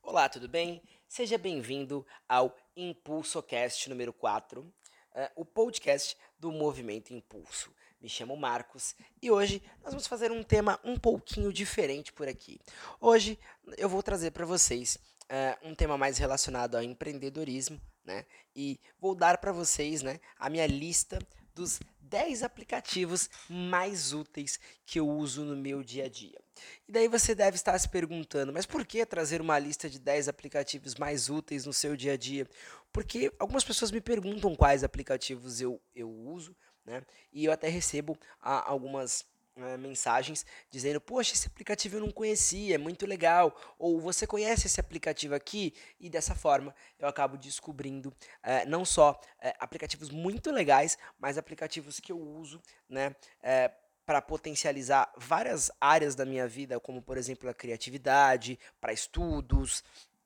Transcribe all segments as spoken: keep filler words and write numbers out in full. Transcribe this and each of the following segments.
Olá, tudo bem? Seja bem-vindo ao ImpulsoCast número quatro, eh, o podcast do Movimento Impulso. Me chamo Marcos e hoje nós vamos fazer um tema um pouquinho diferente por aqui. Hoje eu vou trazer para vocês eh, um tema mais relacionado ao empreendedorismo, né? E vou dar para vocês, né, a minha lista dos dez aplicativos mais úteis que eu uso no meu dia a dia. E daí você deve estar se perguntando, mas por que trazer uma lista de dez aplicativos mais úteis no seu dia a dia? Porque algumas pessoas me perguntam quais aplicativos eu, eu uso, né? E eu até recebo ah, algumas eh, mensagens dizendo, poxa, esse aplicativo eu não conhecia, é muito legal. Ou você conhece esse aplicativo aqui? E dessa forma eu acabo descobrindo eh, não só eh, aplicativos muito legais, mas aplicativos que eu uso, né? eh, para potencializar várias áreas da minha vida, como por exemplo a criatividade, para estudos,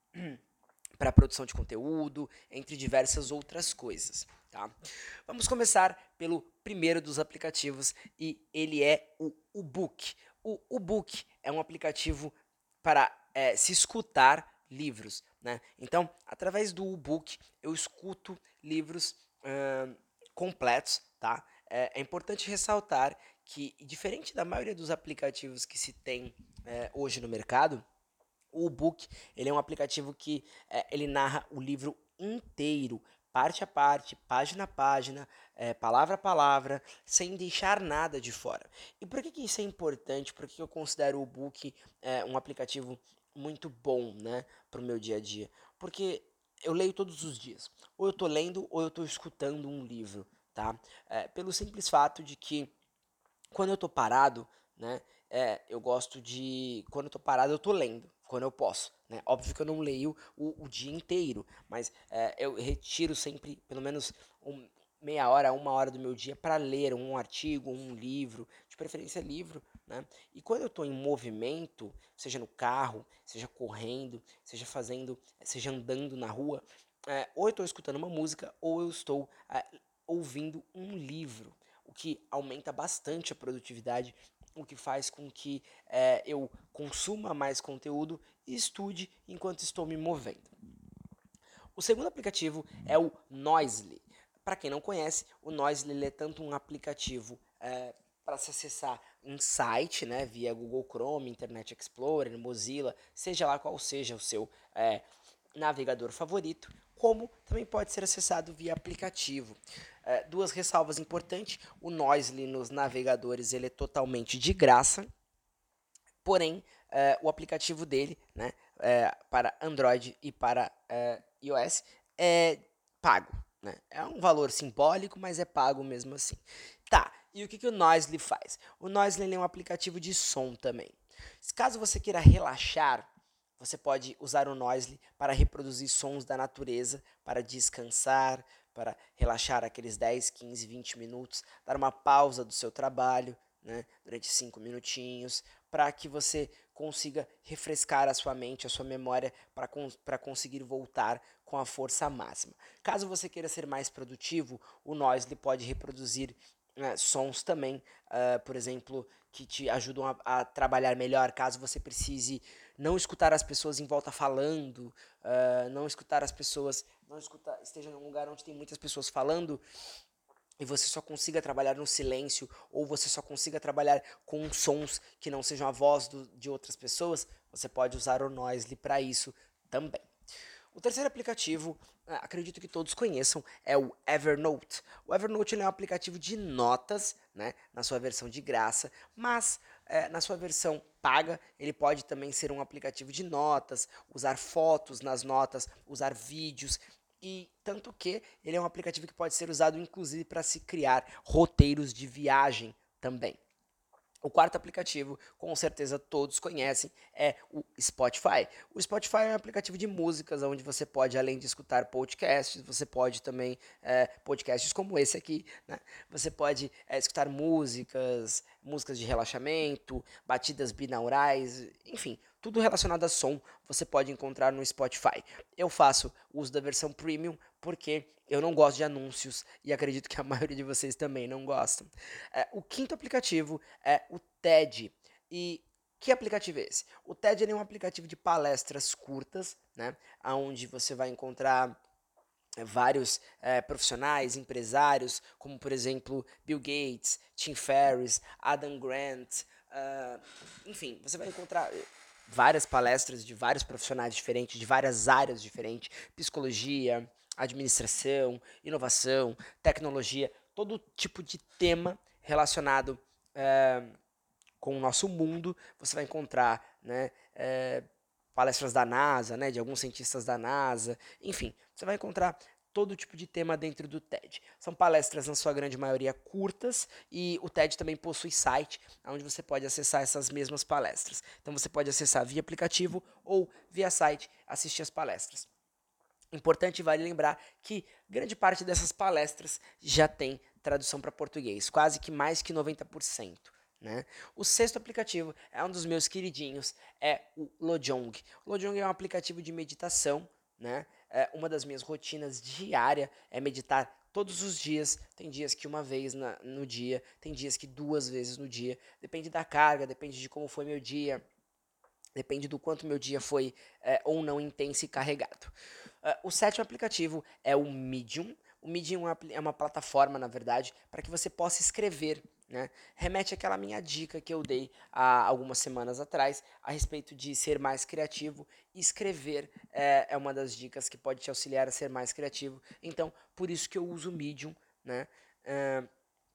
para produção de conteúdo, entre diversas outras coisas. Tá? Vamos começar pelo primeiro dos aplicativos e ele é o Ubook. O Ubook é um aplicativo para é, se escutar livros. Né? Então, através do Ubook, eu escuto livros hum, completos. Tá? É, é importante ressaltar que, diferente da maioria dos aplicativos que se tem é, hoje no mercado, o book, ele é um aplicativo que é, ele narra o livro inteiro, parte a parte, página a página, é, palavra a palavra, sem deixar nada de fora. E por que, que isso é importante? Por que, que eu considero o book é, um aplicativo muito bom, né, para o meu dia a dia? Porque eu leio todos os dias. Ou eu estou lendo ou eu estou escutando um livro, tá? É, pelo simples fato de que quando eu tô parado, né, é, eu gosto de. Quando eu tô parado, eu tô lendo, quando eu posso. Né? Óbvio que eu não leio o, o dia inteiro, mas é, eu retiro sempre pelo menos um, meia hora, uma hora do meu dia para ler um artigo, um livro, de preferência livro. Né? E quando eu estou em movimento, seja no carro, seja correndo, seja fazendo, seja andando na rua, é, ou eu estou escutando uma música, ou eu estou é, ouvindo um livro, o que aumenta bastante a produtividade, o que faz com que é, eu consuma mais conteúdo e estude enquanto estou me movendo. O segundo aplicativo é o Noisely. Para quem não conhece, o Noisely é tanto um aplicativo é, para se acessar um site, né, via Google Chrome, Internet Explorer, Mozilla, seja lá qual seja o seu é, navegador favorito, como também pode ser acessado via aplicativo. É, duas ressalvas importantes: o Noisely nos navegadores ele é totalmente de graça, porém é, o aplicativo dele, né, é, para Android e para é, iOS é pago. Né? É um valor simbólico, mas é pago mesmo assim. Tá, e o que, que o Noisely faz? O Noisely é um aplicativo de som também. Caso você queira relaxar, você pode usar o Noisely para reproduzir sons da natureza, para descansar, para relaxar aqueles dez, quinze, vinte minutos, dar uma pausa do seu trabalho, né, durante cinco minutinhos, para que você consiga refrescar a sua mente, a sua memória, para cons conseguir voltar com a força máxima. Caso você queira ser mais produtivo, o Noisely pode reproduzir né, sons também, uh, por exemplo, que te ajudam a, a, trabalhar melhor, caso você precise não escutar as pessoas em volta falando, uh, não escutar as pessoas, não escutar, esteja em um lugar onde tem muitas pessoas falando, e você só consiga trabalhar no silêncio, ou você só consiga trabalhar com sons que não sejam a voz do, de outras pessoas, você pode usar o Noisely para isso também. O terceiro aplicativo, acredito que todos conheçam, é o Evernote. O Evernote é um aplicativo de notas, né, na sua versão de graça, mas é, na sua versão paga, ele pode também ser um aplicativo de notas, usar fotos nas notas, usar vídeos, e tanto que ele é um aplicativo que pode ser usado inclusive para se criar roteiros de viagem também. O quarto aplicativo, com certeza todos conhecem, é o Spotify. O Spotify é um aplicativo de músicas, onde você pode, além de escutar podcasts, você pode também, é, podcasts como esse aqui, né? Você pode é, escutar músicas, músicas de relaxamento, batidas binaurais, enfim, tudo relacionado a som você pode encontrar no Spotify. Eu faço uso da versão premium porque eu não gosto de anúncios e acredito que a maioria de vocês também não gostam. É, o quinto aplicativo é o T E D. E Que aplicativo é esse? O TED ele é um aplicativo de palestras curtas, né, onde você vai encontrar é, vários é, profissionais, empresários, como por exemplo Bill Gates, Tim Ferriss, Adam Grant, uh, enfim, você vai encontrar várias palestras de vários profissionais diferentes, de várias áreas diferentes, psicologia, administração, inovação, tecnologia, todo tipo de tema relacionado é, com o nosso mundo, você vai encontrar, né, é, palestras da NASA, né, de alguns cientistas da NASA, enfim, você vai encontrar todo tipo de tema dentro do TED. São palestras, na sua grande maioria, curtas, e o TED também possui site, onde você pode acessar essas mesmas palestras. Então você pode acessar via aplicativo ou via site, assistir as palestras. Importante, vale lembrar que grande parte dessas palestras já tem tradução para português, quase que mais que noventa por cento. Né? O sexto aplicativo é um dos meus queridinhos, é o Lojong. O Lojong é um aplicativo de meditação, né? É uma das minhas rotinas diárias é meditar todos os dias. Tem dias que uma vez na, no dia, tem dias que duas vezes no dia. Depende da carga, depende de como foi meu dia, depende do quanto meu dia foi é, ou não intenso e carregado. Uh, o sétimo aplicativo é o Medium. O Medium é uma plataforma, na verdade, para que você possa escrever. Né? Remete àquela minha dica que eu dei há algumas semanas atrás a respeito de ser mais criativo. Escrever é, é uma das dicas que pode te auxiliar a ser mais criativo. Então, por isso que eu uso o Medium. Né? Uh,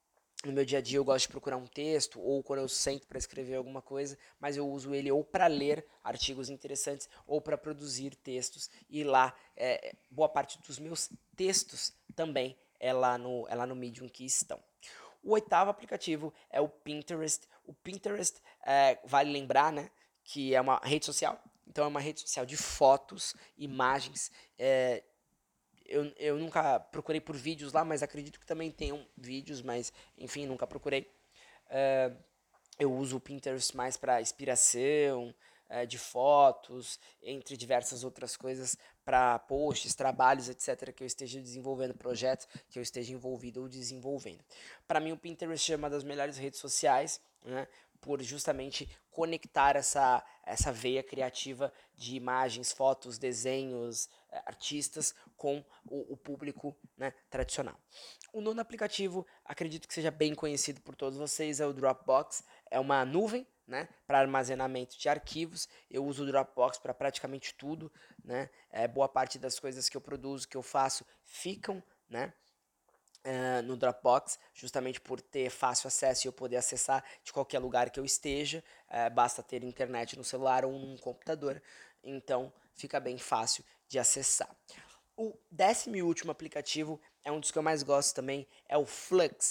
no meu dia a dia eu gosto de procurar um texto ou quando eu sento para escrever alguma coisa, mas eu uso ele ou para ler artigos interessantes ou para produzir textos, e lá é, boa parte dos meus textos também é lá no, é lá no Medium que estão. O oitavo aplicativo é o Pinterest. O Pinterest, é, vale lembrar, né, que é uma rede social, então é uma rede social de fotos, imagens, é, eu, eu nunca procurei por vídeos lá, mas acredito que também tenham vídeos, mas enfim, nunca procurei. Uh, eu uso o Pinterest mais para inspiração, uh, de fotos, entre diversas outras coisas, para posts, trabalhos, etcétera, que eu esteja desenvolvendo, projetos que eu esteja envolvido ou desenvolvendo. Para mim, o Pinterest é uma das melhores redes sociais, né, por justamente conectar essa, essa veia criativa de imagens, fotos, desenhos, artistas com o, o público, né, tradicional. O nono aplicativo, acredito que seja bem conhecido por todos vocês, é o Dropbox. É uma nuvem, né, para armazenamento de arquivos. Eu uso o Dropbox para praticamente tudo, né? É, boa parte das coisas que eu produzo, que eu faço, ficam, né, Uh, no Dropbox, justamente por ter fácil acesso e eu poder acessar de qualquer lugar que eu esteja, uh, basta ter internet no celular ou num computador, então fica bem fácil de acessar. O décimo e último aplicativo é um dos que eu mais gosto também, é o Flux,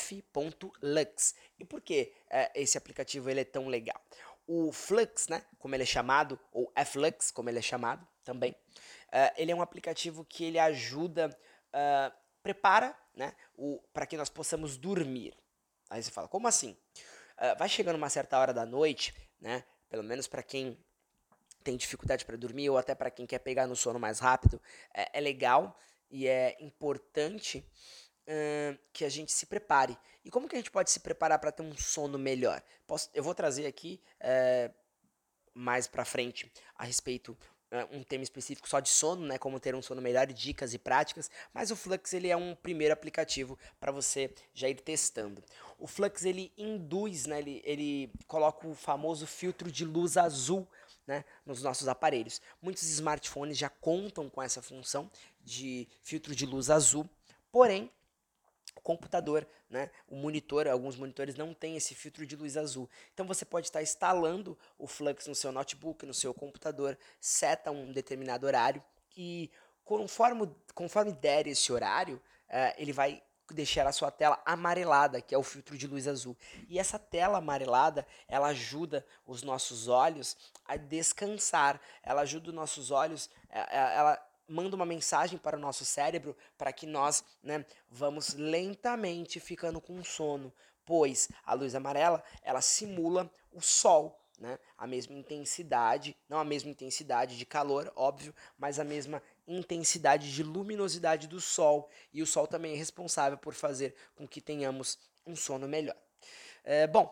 F.Lux. E por que uh, esse aplicativo ele é tão legal? O Flux, né, como ele é chamado, ou Flux, como ele é chamado também, uh, ele é um aplicativo que ele ajuda, uh, prepara, né, para que nós possamos dormir. Aí você fala, como assim? Uh, vai chegando uma certa hora da noite, né, pelo menos para quem tem dificuldade para dormir ou até para quem quer pegar no sono mais rápido, é, é legal e é importante uh, que a gente se prepare. E como que a gente pode se preparar para ter um sono melhor? Posso, eu vou trazer aqui uh, mais para frente a respeito uh, um tema específico só de sono, né, como ter um sono melhor, dicas e práticas, mas o Flux ele é um primeiro aplicativo para você já ir testando. O Flux ele induz, né, ele, ele coloca o famoso filtro de luz azul, né, nos nossos aparelhos. Muitos smartphones já contam com essa função de filtro de luz azul, porém o computador, né, o monitor, alguns monitores não têm esse filtro de luz azul. Então você pode estar instalando o Flux no seu notebook, no seu computador, seta um determinado horário e conforme, conforme der esse horário, uh, ele vai deixar a sua tela amarelada, que é o filtro de luz azul. E essa tela amarelada, ela ajuda os nossos olhos a descansar, ela ajuda os nossos olhos, ela manda uma mensagem para o nosso cérebro para que nós, né, vamos lentamente ficando com sono, pois a luz amarela, ela simula o sol, né, a mesma intensidade, não a mesma intensidade de calor, óbvio, mas a mesma intensidade de luminosidade do sol, e o sol também é responsável por fazer com que tenhamos um sono melhor. É, bom,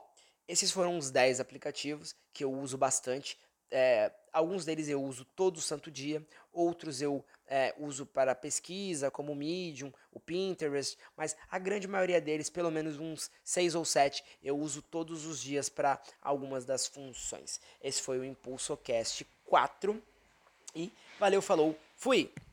esses foram os dez aplicativos que eu uso bastante. É, alguns deles eu uso todo santo dia, outros eu é, uso para pesquisa, como o Medium, o Pinterest, mas a grande maioria deles, pelo menos uns seis ou sete, eu uso todos os dias para algumas das funções. Esse foi o ImpulsoCast quatro e valeu, falou, fui!